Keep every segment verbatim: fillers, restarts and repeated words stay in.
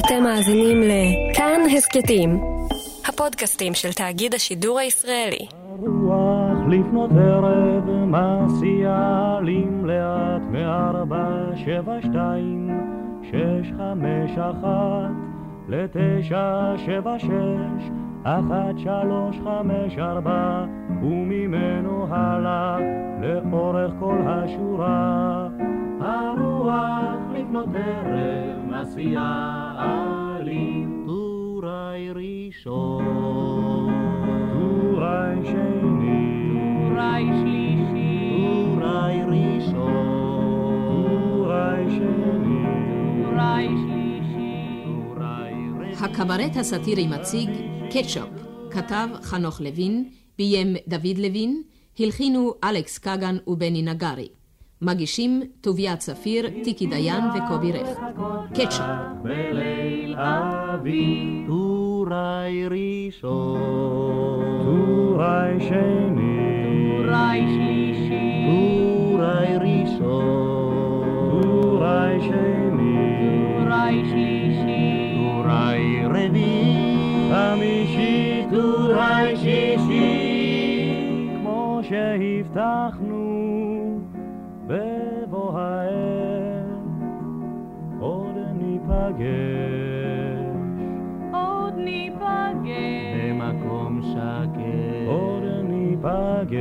אתם מאזינים לכאן הסקטים, הפודקאסטים של תאגיד השידור הישראלי. הרוח לפנות ערב מסיילים לאט מארבע שבע שתיים שש חמש אחת לתשע שבע שש אחת שלוש חמש ארבע וממנו הלאה לאורך כל השורה. הרוח לפנות ערב מסיילים טורי ראשון טורי שני טורי שלישי טורי ראשון טורי שני טורי שלישי. הקברט הסאטירי מציג קטשופ, כתב חנוך לוין, ביים דוד לוין, הלחינו אלכס קגן ובני נגרי. מגישים טוביה צפיר, טיקי דיין וקובי רכט. קטשופ. בליל אביב טורי ראשון טורי שני טורי שלישי טורי ראשון טורי שני טורי שלישי טורי רביעי חמישי טורי שישי כמו שהבטחנו בבוא העת עוד ניפגש עוד ניפגש במקום שקט עוד ניפגש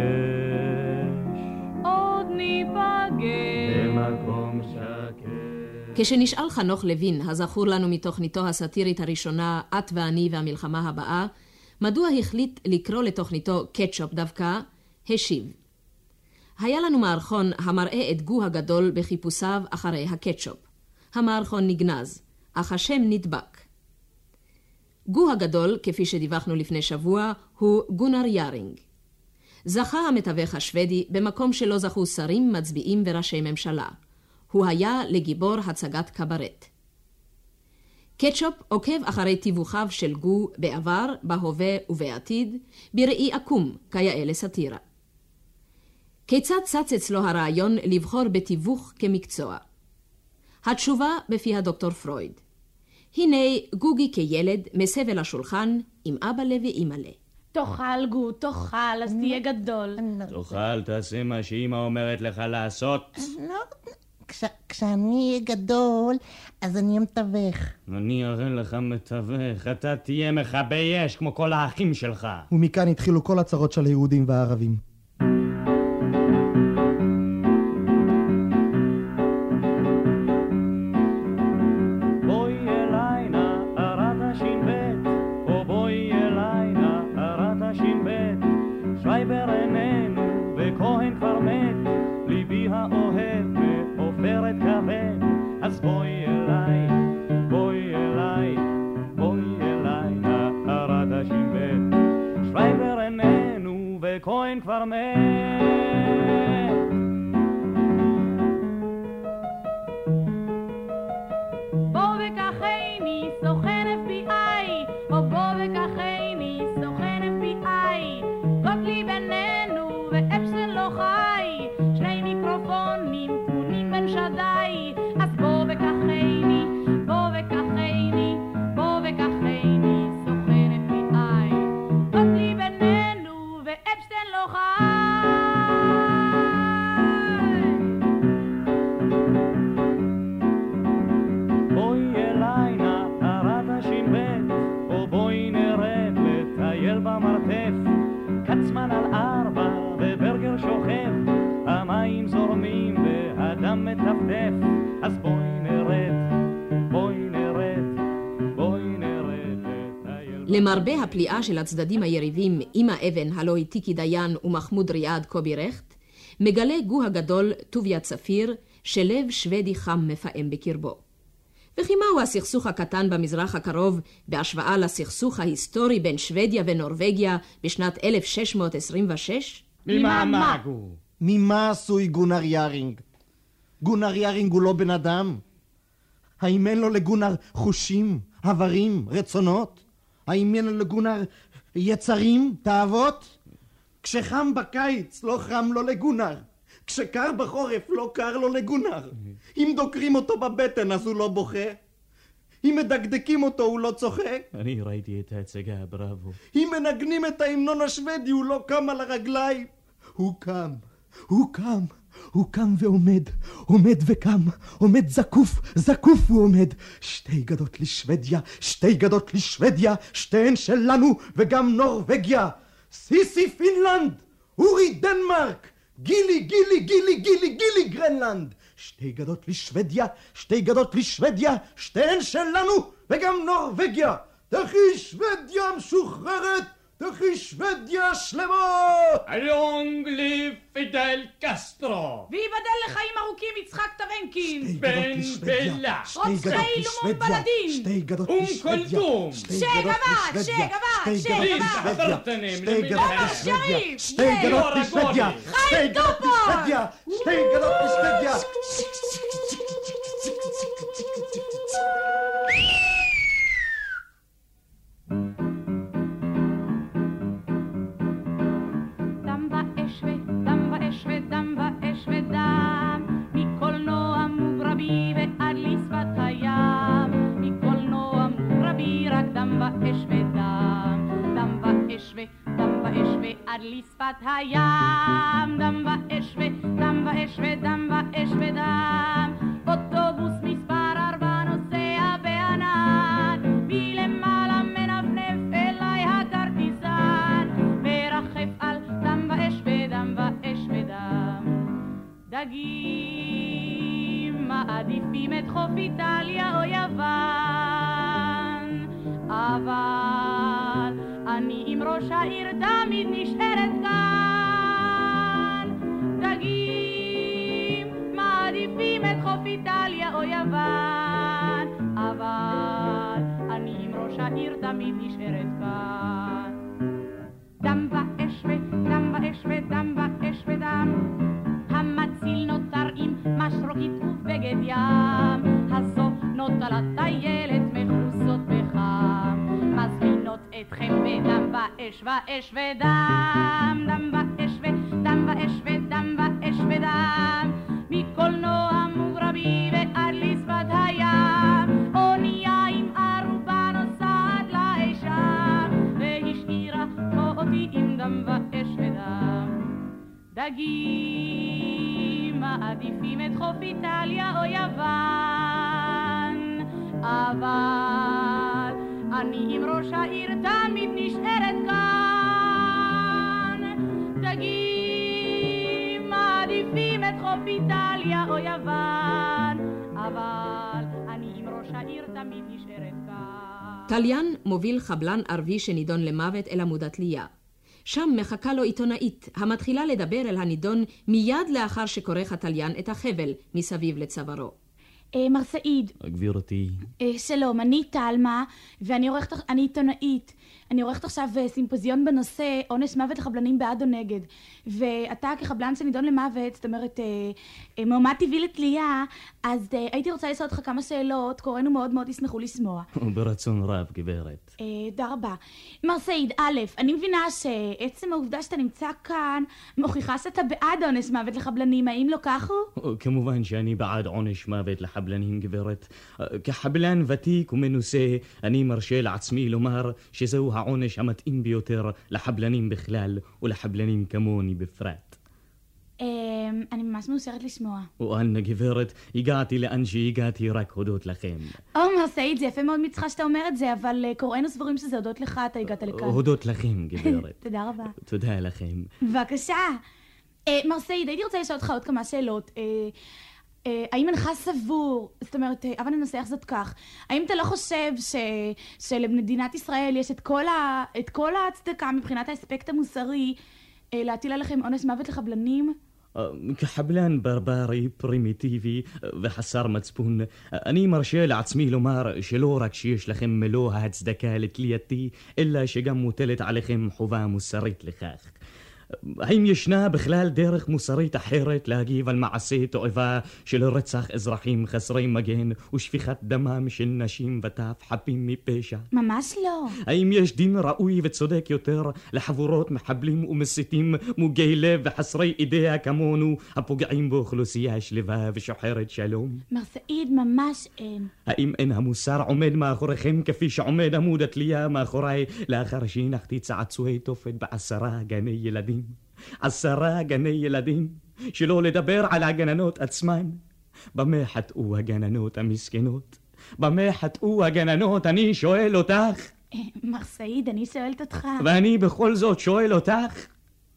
עוד ניפגש במקום שקט. כשנשאל חנוך לוין, הזכור לנו מתוכניתו הסאטירית הראשונה, את ואני והמלחמה הבאה, מדוע החליט לקרוא לתוכניתו קטשופ דווקא, השיב. היה לנו מערכון המראה את גו הגדול בחיפושיו אחרי הקטשופ. המערכון נגנז, אך השם נדבק. גו הגדול, כפי שדיווחנו לפני שבוע, הוא גונר יארינג. זכה המתווך השוודי במקום שלא זכו שרים, מצביעים וראשי ממשלה. הוא היה לגיבור הצגת קברט. קטשופ עוקב אחרי תיווחיו של גו בעבר, בהווה ובעתיד, בראי עקום, כיאה לסאטירה. כיצד צץ אצלו הרעיון לבחור בתיווך כמקצוע? התשובה בפי הדוקטור פרויד. הנה גוגי כילד מסב אל השולחן עם אבא לה ואמא לה. תאכל גו, תאכל, אז תהיה גדול. תאכל, תעשה מה שאמא אומרת לך לעשות. לא, כשאני אהיה גדול, אז אני מתווך. אני אראה לך מתווך, אתה תהיה מכבי אש כמו כל האחים שלך. ומכאן התחילו כל הצרות של היהודים והערבים. אז בואי אליי, בואי אליי, בואי אליי, נערת השינבט. שרייבר איננו וכהן כבר מת. בוא וקחני סוכן אף בי איי, או בוא וקחני סוכן אף בי איי. גוטליב איננו ואפסן לא חי, שני מיקרופונים תמונים בין שדי. אז בוא וקחני, בוא וקחני, בוא וקחני סוכן אף בי איי. גוטליב איננו ואפסן לא חי. בואי אליי נערת השינבט, או בואי נרד לטייל במרתף. קצמן על ארבע וברגר שוכב, המים זורמים והדם מטפטף. אז בואי נרד, בואי נרד, בואי נרד לטייל. למרבה הפליאה של הצדדים היריבים, אמא אבן הלא היא טיקי דיין ומחמוד ריאד קובי רכט, מגלה גו הגדול טוביה צפיר שלב שוודי חם מפעם בקרבו. וכי מהו הסכסוך הקטן במזרח הקרוב בהשוואה לסכסוך ההיסטורי בין שוודיה ונורווגיה בשנת אלף שש מאות עשרים ושש? ממה מגו? ממה עשוי גונר יארינג? גונר יארינג הוא לא בן אדם? האם אין לו לגונר חושים, עברים, רצונות? האם אין לו לגונר יצרים, תאוות? כשחם בקיץ לא חם לו לגונר, כשקר בחורף לא קר לו לגונר. אם דוקרים אותו בבטן אז הוא לא בוכה. אם מדקדקים אותו הוא לא צוחק. אני ראיתי את ההצגה, בראבו. אם מנגנים את ההמנון השוודי הוא לא קם על הרגליים. הוא קם, הוא קם, הוא קם ועומד, עומד וקם, עומד זקוף, זקוף הוא עומד. שתי גדות לשוודיה, שתי גדות לשוודיה, שתיהן שלנו וגם נורווגיה. סיסי פינלנד, אורי דנמרק, גילי, גילי, גילי, גילי, גילי גרנלנד. שתי גדות לשוודיה, שתי גדות לשוודיה, שתיהן שלנו וגם נורווגיה. תחי שוודיה משוחררת, תחי שוודיה שלמה. אלונג ליב פידל קסטרו. ויבדל לחיים ארוכים יצחק טבנקין. בן בלה. רוצחי לומון בלדין. שתי גדות לשוודיה. שגבה, שגבה, שגבה. שתי גדות לשוודיה. שתי גדות לשוודיה. חיים טופו. שתי גדות לשוודיה. עד לשפת הים, דם ואש ודם ואש ודם ואש ודם. אוטובוס מספר ארבע נוסע בענן, מלמעלה מנפנף אליי הכרטיסן, מרחף על דם ואש ודם ואש ודם. דגים מעדיפים את חוף איטליה או יוון, אבל אני עם ראש העיר תמיד נשארת כאן. דגים מעדיפים את חוף איטליה או יוון, אבל אני עם ראש העיר תמיד נשארת כאן. דם ואש ודם ואש ודם ואש ודם, המציל נותר עם משרוקית ובגד ים, הזו נוטה לטיילת מחוסות בחם, מזמינות אתכם בדם ואש ואש ודם, דם ואש ודם ואש ודם ואש ודם, מקולנוע מוגרבי ועד לשפת הים, אונייה עם ערובה נוסעת לאי שם, והשאירה אותי עם דם ואש ודם. דגים מעדיפים את חוף איטליה או יוון, אבל אני עם ראש העיר תמיד נשארת כאן. דגים מעדיפים את חוף איטליה או יוון, אבל אני עם ראש העיר תמיד נשארת כאן. טליין מוביל חבלן ערבי שנידון למוות אל עמוד התלייה. שם מחכה לו עיתונאית המתחילה לדבר אל הנידון מיד לאחר שקורח הטליין את החבל מסביב לצווארו. מר סעיד. גבירתי. שלום, אני טלמה, ואני עורכת, אני עיתונאית. אני עורכת עכשיו סימפוזיון בנושא עונש מוות לחבלנים בעד או נגד. ואתה כחבלן שנידון למוות, זאת אומרת, מועמד טבעי לתלייה, אז הייתי רוצה לשאול אותך כמה שאלות, קוראינו מאוד מאוד ישמחו לשמוע. ברצון רב, גברת. תודה רבה. מר סעיד, א', אני מבינה שעצם העובדה שאתה נמצא כאן, מוכיחה שאתה בעד עונש מוות לחבלנים, האם לא כך הוא? כמובן שאני בעד עונש מוות לחבלנים, גברת. כחבלן ותיק ומנוסה, אני מרשה לעצמי לומר שזהו העונש המתאים ביותר לחבלנים בכלל ולחבלנים כמוני בפרט. אני ממש מאושרת לשמוע. ואנה גברת, הגעתי לאן שהגעתי רק הודות לכם. או מר סעיד, זה יפה מאוד מצחך שאתה אומר את זה, אבל קוראינו סבורים שזה הודות לך, אתה הגעת לכאן. הודות לכם, גברת. תודה רבה. תודה לכם. בבקשה. מר סעיד, הייתי רוצה לשאול אותך עוד כמה שאלות. האם אינך סבור, זאת אומרת, אבל ננסח זאת כך, האם אתה לא חושב ש, שלמדינת ישראל יש את כל, ה, את כל ההצדקה מבחינת האספקט המוסרי להטיל עליכם עונש מוות לחבלנים? כחבלן ברברי, פרימיטיבי וחסר מצפון, אני מרשה לעצמי לומר שלא רק שיש לכם מלוא ההצדקה לתלייתי, אלא שגם מוטלת עליכם חובה מוסרית לכך. האם ישנה בכלל דרך מוסרית אחרת להגיב על מעשי תועבה של רצח אזרחים חסרי מגן ושפיכת דמם של נשים וטף חפים מפשע? ממש לא. האם יש דין ראוי וצודק יותר לחבורות מחבלים ומסיתים מוגי לב וחסרי אידאה כמונו הפוגעים באוכלוסייה שלווה ושוחרת שלום? מר סעיד, ממש אין. האם אין המוסר עומד מאחוריכם כפי שעומד עמוד התלייה מאחוריי לאחר שהנחתי צעצועי תופת בעשרה גני ילדים? עשרה גני ילדים, שלא לדבר על הגננות עצמן. במה חטאו הגננות המסכנות? במה חטאו הגננות? אני שואל אותך. מר סעיד, אני שואלת אותך. ואני בכל זאת שואל אותך.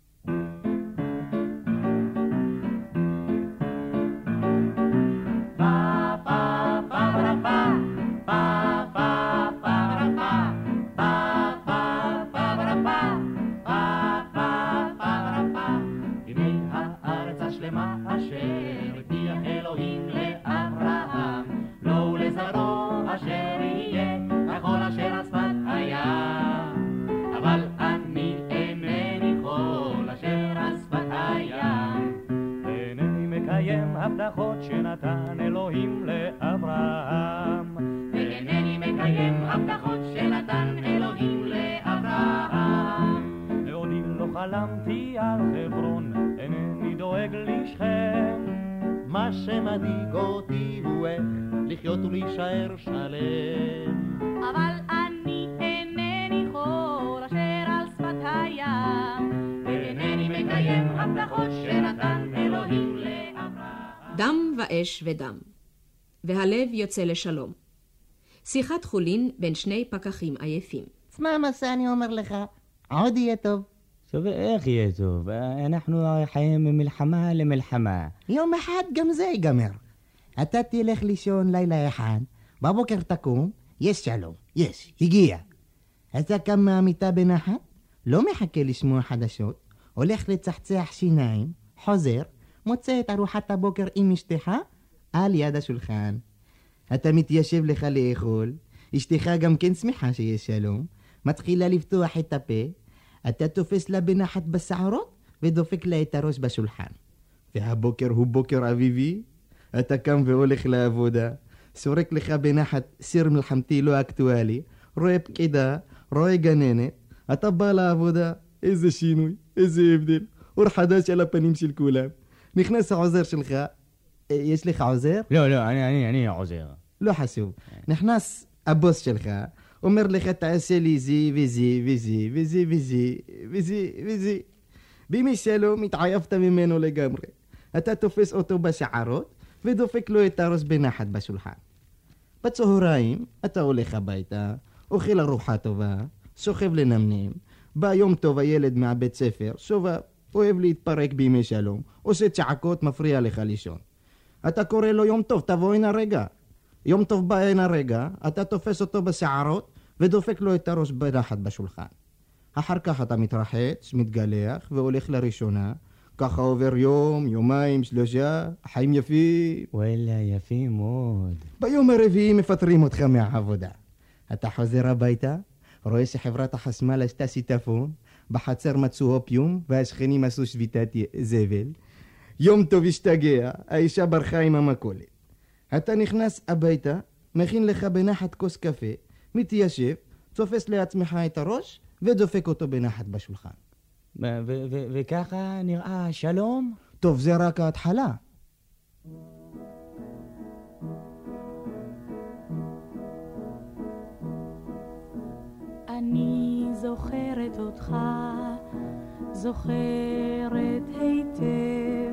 הבטחות שנתן אלוהים לאברהם, ואינני מקיים הבטחות שנתן אלוהים לאברהם. ועודי לא חלמתי על חברון, אינני דואג לשכם. מה שמדאיג אותי הוא איך לחיות ולהישאר שלם. אבל אני אינני חור אשר על שפת הים, ואינני מקיים הבטחות שנתן אלוהים לאברהם. דם ואש ודם, והלב יוצא לשלום. שיחת חולין בין שני פקחים עייפים. תשמע מה שאני אומר לך, עוד יהיה טוב. טוב, איך יהיה טוב? אנחנו חיים ממלחמה למלחמה. יום אחד גם זה ייגמר. אתה תלך לישון לילה אחד, בבוקר תקום, יש שלום, יש, הגיע. אתה קם מהמיטה בנחת, לא מחכה לשמוע חדשות, הולך לצחצח שיניים, חוזר, מוצא את ארוחת הבוקר עם אשתך על יד השולחן. אתה מתיישב לך לאכול, אשתך גם כן שמחה שיש שלום, מתחילה לפתוח את הפה, אתה תופס לה בנחת בשערות ודופק לה את הראש בשולחן. והבוקר הוא בוקר אביבי, אתה קם והולך לעבודה, סורק לך בנחת סיר מלחמתי לא אקטואלי, רואה פקידה, רואה גננת, אתה בא לעבודה, איזה שינוי, איזה הבדל, אור חדש על הפנים של כולם. נכנס העוזר שלך, יש לך עוזר? לא, לא, אני, אני, אני עוזר. לא חשוב. נכנס הבוס שלך, אומר לך תעשה לי זי וזי וזי וזי וזי וזי וזי. בימי שלום התעייפת ממנו לגמרי. אתה תופס אותו בשערות ודופק לו את הראש בנחת בשולחן. בצהריים אתה הולך הביתה, אוכל ארוחה טובה, שוכב לנמנם, בא יום טוב הילד מהבית ספר, שובב, אוהב להתפרק בימי שלום, עושה צעקות, מפריע לך לישון. אתה קורא לו יום טוב, תבוא הנה רגע. יום טוב בא הנה רגע, אתה תופס אותו בשערות ודופק לו את הראש בנחת בשולחן. אחר כך אתה מתרחץ, מתגלח והולך לראשונה, ככה עובר יום, יומיים, שלושה, חיים יפים. וואלה, יפים מאוד. ביום הרביעי מפטרים אותך מהעבודה. אתה חוזר הביתה, רואה שחברת החשמל עשתה שיטפון, בחצר מצאו אופיום והשכנים עשו שביתת זבל. יום טוב השתגע, האישה ברחה עם המכולת. אתה נכנס הביתה, מכין לך בנחת כוס קפה, מתיישב, תופס לעצמך את הראש ודופק אותו בנחת בשולחן. וככה נראה שלום? טוב, זה רק ההתחלה. אני זוכרת אותך, זוכרת היטב,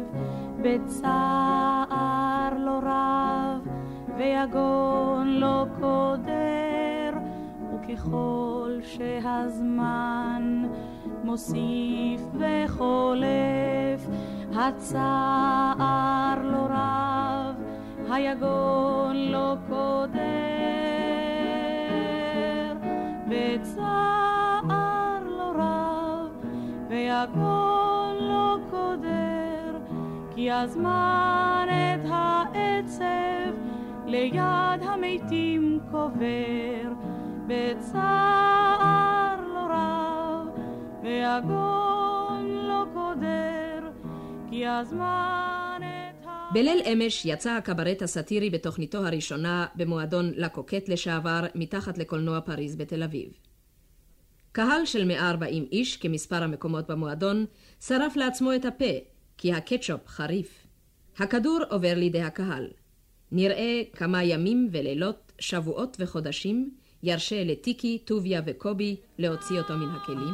בצער לא רב ויגון לא קודר, וככל שהזמן מוסיף וחולף, הצער לא רב, היגון לא קודר, בצער לא רב ויגון לא קודר, כי הזמן את העצב ליד המתים קובר, בצער לא רב ויגון לא כי הזמן את ה... בליל אמש יצא הקברט הסאטירי בתוכניתו הראשונה במועדון לקוקט לשעבר מתחת לקולנוע פריז בתל אביב. קהל של מאה וארבעים איש, כמספר המקומות במועדון, שרף לעצמו את הפה, כי הקטשופ חריף. הכדור עובר לידי הקהל. נראה כמה ימים ולילות, שבועות וחודשים, ירשה לטיקי, טוביה וקובי להוציא אותו מן הכלים.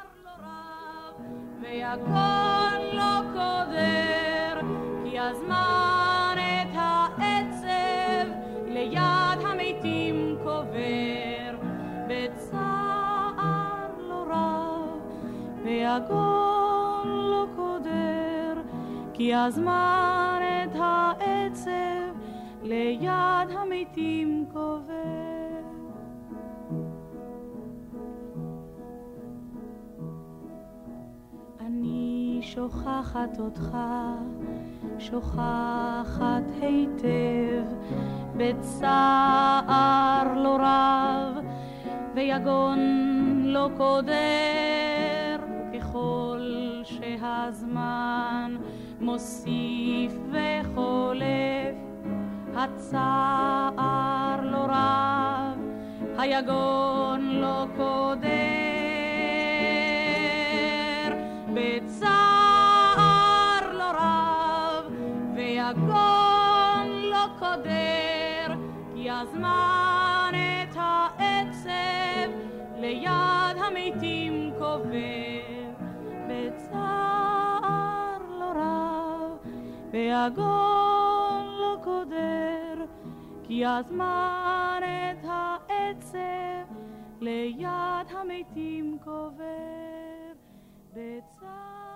והכל לא קודר, כי הזמן את העצב ליד המתים קובר, בצער לא רב, והכל לא קודר, כי הזמן את העצב ליד המתים קובר. אני שוכחת אותך, שוכחת היטב, בצער לא רב, ויגון לא קודר, ככל שהזמן מוסיף וחולף, הצער לא רב, היגון לא קודר, בצער לא רב, והגון לא קודר, כי הזמן את העצב ליד המתים קובר, בצער לא רב, והגון לא קודר, כי הזמן את העצב ליד המתים קובר, בצער